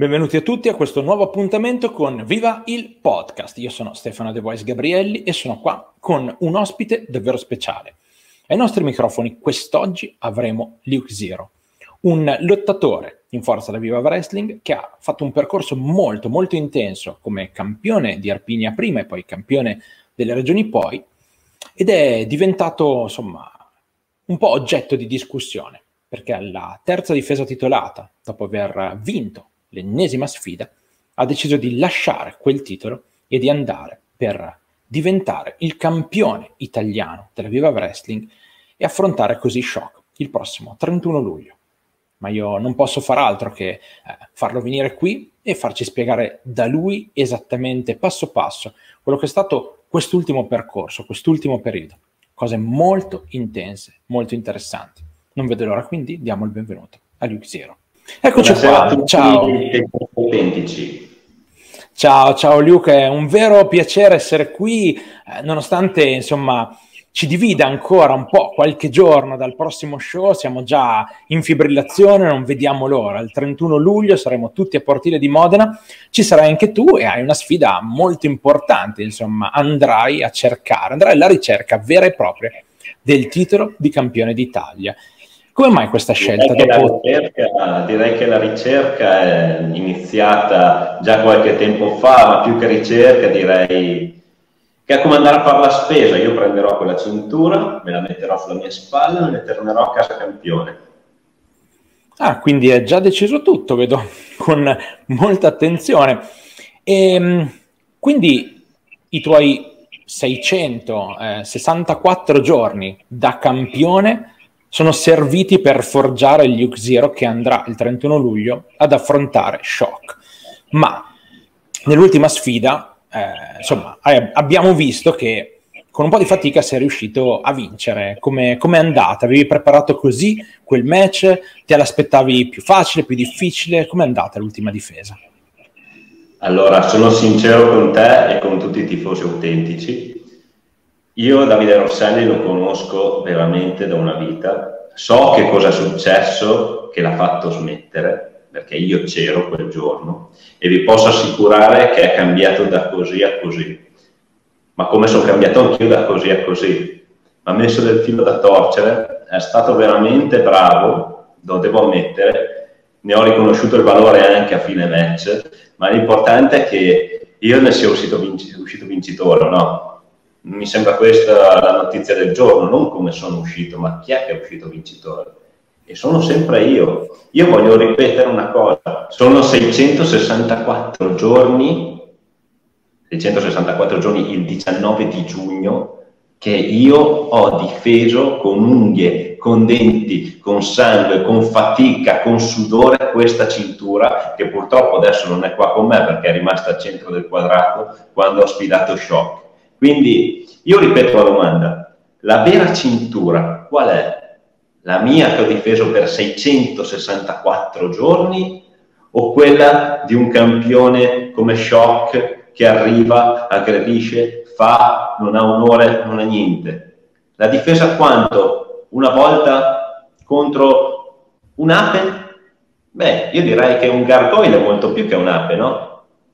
Benvenuti a tutti a questo nuovo appuntamento con Viva il Podcast. Io sono Stefano The Voice Gabrielli e sono qua con un ospite davvero speciale. Ai nostri microfoni quest'oggi avremo Luke Zero, un lottatore in forza da Viva Wrestling che ha fatto un percorso molto molto intenso come campione di Arpinia prima e poi campione delle regioni poi, ed è diventato insomma un po' oggetto di discussione perché alla terza difesa titolata, dopo aver vinto l'ennesima sfida, ha deciso di lasciare quel titolo e di andare per diventare il campione italiano della Viva Wrestling e affrontare così Shock il prossimo 31 luglio. Ma io non posso far altro che farlo venire qui e farci spiegare da lui esattamente passo passo quello che è stato quest'ultimo percorso, quest'ultimo periodo. Cose molto intense, molto interessanti. Non vedo l'ora, quindi diamo il benvenuto a Luke Zero. Eccoci qua, ciao. Ciao Luke, è un vero piacere essere qui, nonostante insomma ci divida ancora un po' qualche giorno dal prossimo show, siamo già in fibrillazione, non vediamo l'ora. Il 31 luglio saremo tutti a Portile di Modena, ci sarai anche tu e hai una sfida molto importante, insomma andrai alla ricerca vera e propria del titolo di campione d'Italia. Come mai questa scelta? Direi che la ricerca è iniziata già qualche tempo fa, ma più che ricerca direi che è come andare a fare la spesa. Io prenderò quella cintura, me la metterò sulla mia spalla e me ne tornerò a casa campione. Ah, quindi è già deciso tutto, vedo, con molta attenzione. Quindi i tuoi 664 giorni da campione sono serviti per forgiare il Luke Zero che andrà il 31 luglio ad affrontare Shock. Ma nell'ultima sfida, insomma, abbiamo visto che con un po' di fatica sei riuscito a vincere. Come è andata? Avevi preparato così quel match? Te l'aspettavi più facile, più difficile? Come è andata l'ultima difesa? Allora, sono sincero con te e con tutti i tifosi autentici. Io Davide Rosselli lo conosco veramente da una vita, so che cosa è successo che l'ha fatto smettere, perché io c'ero quel giorno, e vi posso assicurare che è cambiato da così a così. Ma come sono cambiato anch'io da così a così. Mi ha messo del filo da torcere, è stato veramente bravo, lo devo ammettere, ne ho riconosciuto il valore anche a fine match, ma l'importante è che io ne sia uscito vincitore, no? Mi sembra questa la notizia del giorno, non come sono uscito, ma chi è che è uscito vincitore? E sono sempre io. Io voglio ripetere una cosa, sono 664 giorni il 19 di giugno che io ho difeso con unghie, con denti, con sangue, con fatica, con sudore questa cintura che purtroppo adesso non è qua con me perché è rimasta al centro del quadrato quando ho sfidato Shock. Quindi io ripeto la domanda, la vera cintura qual è? La mia che ho difeso per 664 giorni o quella di un campione come Shock che arriva, aggredisce, fa, non ha onore, non ha niente? La difesa quanto? Una volta contro un'ape? Beh, io direi che un gargoyle è molto più che un'ape, no?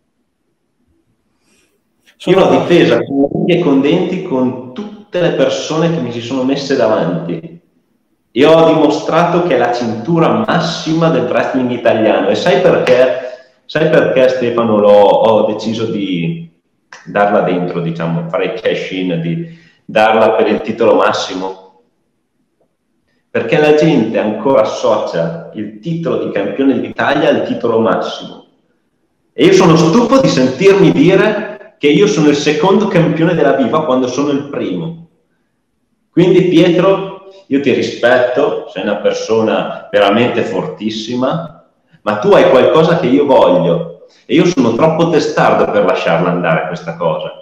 Io l'ho difesa con unghie e con denti con tutte le persone che mi si sono messe davanti e ho dimostrato che è la cintura massima del wrestling italiano. E sai perché Stefano ho deciso di darla dentro, diciamo, fare il cash in, di darla per il titolo massimo? Perché la gente ancora associa il titolo di campione d'Italia al titolo massimo. E io sono stufo di sentirmi dire che io sono il secondo campione della Viva quando sono il primo. Quindi Pietro, io ti rispetto, sei una persona veramente fortissima, ma tu hai qualcosa che io voglio e io sono troppo testardo per lasciarla andare questa cosa.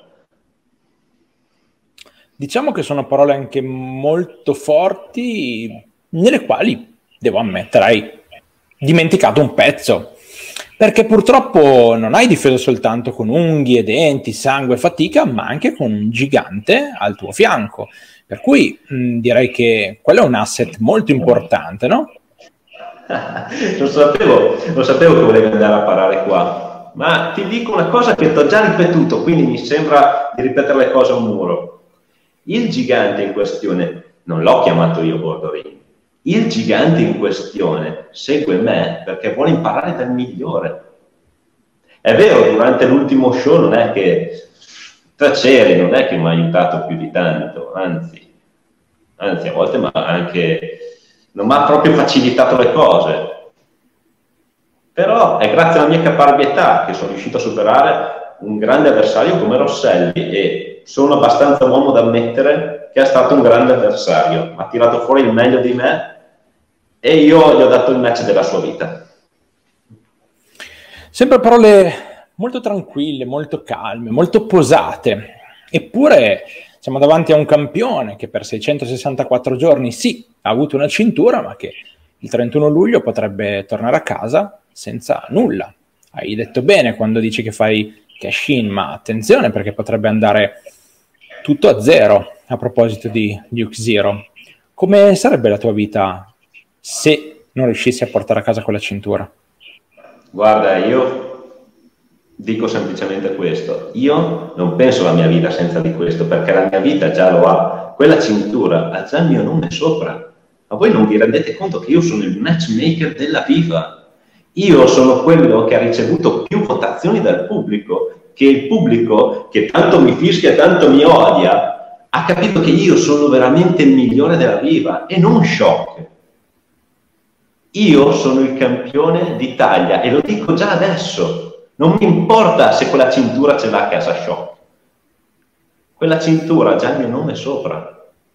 Diciamo che sono parole anche molto forti, nelle quali, devo ammettere, hai dimenticato un pezzo. Perché purtroppo non hai difeso soltanto con unghie, denti, sangue e fatica, ma anche con un gigante al tuo fianco. Per cui direi che quello è un asset molto importante, no? Non sapevo che volevi andare a parare qua, ma ti dico una cosa che ti ho già ripetuto, quindi mi sembra di ripetere le cose a un muro. Il gigante in questione, non l'ho chiamato io Bordorini, il gigante in questione segue me perché vuole imparare dal migliore. È vero, durante l'ultimo show non è che Taceri non è che mi ha aiutato più di tanto, anzi a volte non mi ha proprio facilitato le cose. Però è grazie alla mia caparbietà che sono riuscito a superare un grande avversario come Rosselli e sono abbastanza uomo da ammettere che è stato un grande avversario. Ha tirato fuori il meglio di me e io gli ho dato il match della sua vita. Sempre parole molto tranquille, molto calme, molto posate. Eppure siamo davanti a un campione che per 664 giorni sì, ha avuto una cintura, ma che il 31 luglio potrebbe tornare a casa senza nulla. Hai detto bene quando dici che fai cash-in, ma attenzione perché potrebbe andare tutto a zero a proposito di Duke Zero. Come sarebbe la tua vita se non riuscissi a portare a casa quella cintura? Guarda, io dico semplicemente questo. Io non penso alla mia vita senza di questo, perché la mia vita già lo ha. Quella cintura ha già il mio nome sopra. Ma voi non vi rendete conto che io sono il matchmaker della FIFA? Io sono quello che ha ricevuto più votazioni dal pubblico, che il pubblico, che tanto mi fischia e tanto mi odia, ha capito che io sono veramente il migliore della FIFA e non Shock. Io sono il campione d'Italia e lo dico già adesso. Non mi importa se quella cintura ce l'ha a casa Shock. Quella cintura ha già il mio nome sopra.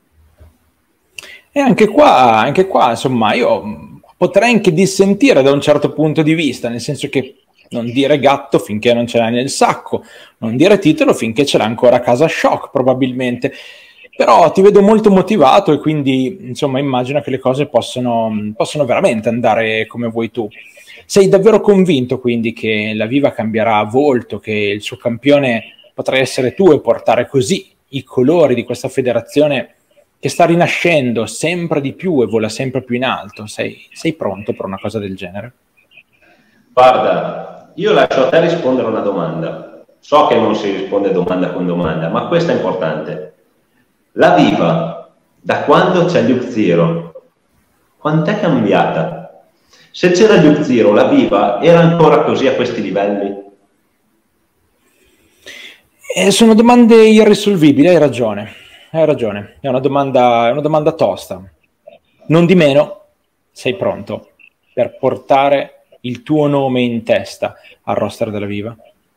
E anche qua, insomma, io potrei anche dissentire da un certo punto di vista, nel senso che non dire gatto finché non ce l'hai nel sacco, non dire titolo finché ce l'ha ancora a casa Shock, probabilmente. Però ti vedo molto motivato e quindi, insomma, immagino che le cose possono veramente andare come vuoi tu. Sei davvero convinto, quindi, che la Viva cambierà volto, che il suo campione potrai essere tu e portare così i colori di questa federazione che sta rinascendo sempre di più e vola sempre più in alto? Sei pronto per una cosa del genere? Guarda, io lascio a te rispondere a una domanda. So che non si risponde domanda con domanda, ma questa è importante. La Viva, da quando c'è Duke Zero, quant'è cambiata? Se c'era Duke Zero, la Viva era ancora così a questi livelli? Sono domande irrisolvibili, hai ragione, è una domanda tosta. Non di meno, sei pronto per portare il tuo nome in testa al roster della Viva?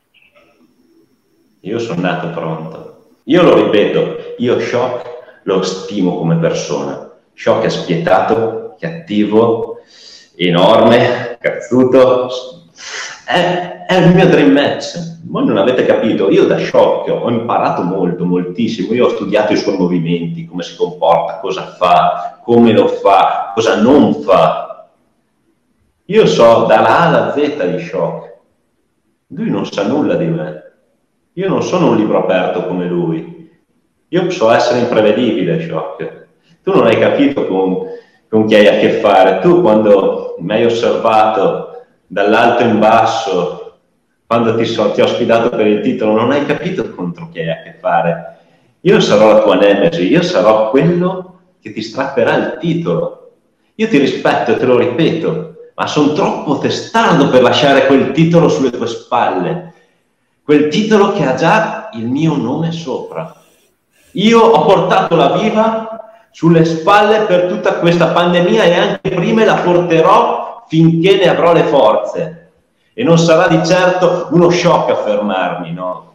Io sono nato pronto. Io lo ripeto, io Shock lo stimo come persona. Shock è spietato, cattivo, enorme, cazzuto. È il mio dream match. Voi non avete capito, io da Shock ho imparato molto, moltissimo. Io ho studiato i suoi movimenti, come si comporta, cosa fa, come lo fa, cosa non fa. Io so dalla A alla Z di Shock. Lui non sa nulla di me. Io non sono un libro aperto come lui. Io so essere imprevedibile, Shock. Tu non hai capito con chi hai a che fare. Tu quando mi hai osservato dall'alto in basso, quando ti ho sfidato per il titolo, non hai capito contro chi hai a che fare. Io sarò la tua nemesi, io sarò quello che ti strapperà il titolo. Io ti rispetto e te lo ripeto, ma sono troppo testardo per lasciare quel titolo sulle tue spalle. Quel titolo che ha già il mio nome sopra. Io ho portato la Viva sulle spalle per tutta questa pandemia e anche prima la porterò finché ne avrò le forze. E non sarà di certo uno Shock a fermarmi, no?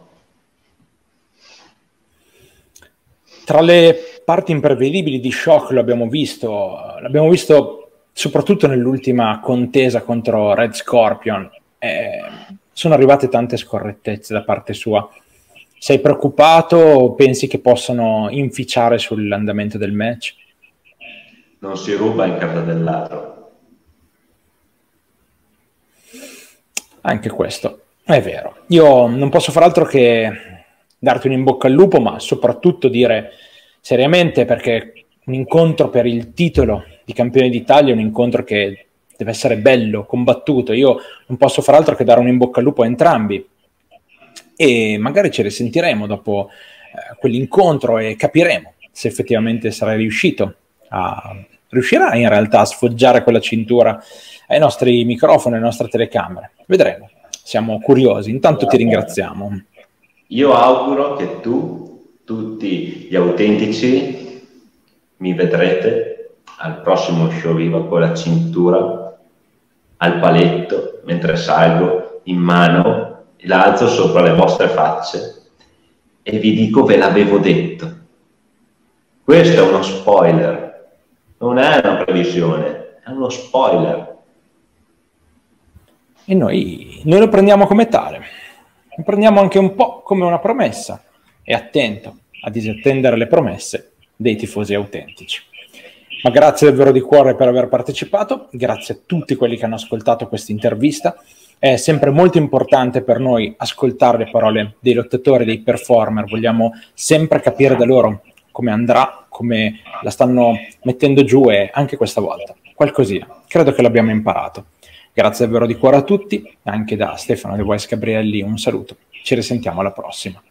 Tra le parti imprevedibili di Shock l'abbiamo visto soprattutto nell'ultima contesa contro Red Scorpion. Sono arrivate tante scorrettezze da parte sua. Sei preoccupato o pensi che possano inficiare sull'andamento del match? Non si ruba in casa del ladro. Anche questo è vero. Io non posso far altro che darti un in bocca al lupo, ma soprattutto dire seriamente, perché un incontro per il titolo di campione d'Italia è un incontro che deve essere bello, combattuto. Io non posso far altro che dare un in bocca al lupo a entrambi, e magari ci risentiremo dopo quell'incontro e capiremo se effettivamente sarai riuscirai in realtà a sfoggiare quella cintura ai nostri microfoni, alle nostre telecamere. Vedremo, siamo curiosi. Intanto ti ringraziamo. Io auguro che tutti gli autentici, mi vedrete al prossimo show viva con la cintura al paletto, mentre salgo in mano, l'alzo sopra le vostre facce e vi dico: ve l'avevo detto. Questo è uno spoiler, non è una previsione, è uno spoiler. E noi lo prendiamo come tale, lo prendiamo anche un po' come una promessa, e attento a disattendere le promesse dei tifosi autentici. Ma grazie davvero di cuore per aver partecipato, grazie a tutti quelli che hanno ascoltato questa intervista. È sempre molto importante per noi ascoltare le parole dei lottatori, dei performer, vogliamo sempre capire da loro come andrà, come la stanno mettendo giù, e anche questa volta qualcosina credo che l'abbiamo imparato. Grazie davvero di cuore a tutti, anche da Stefano De Voice Gabrielli un saluto, ci risentiamo alla prossima.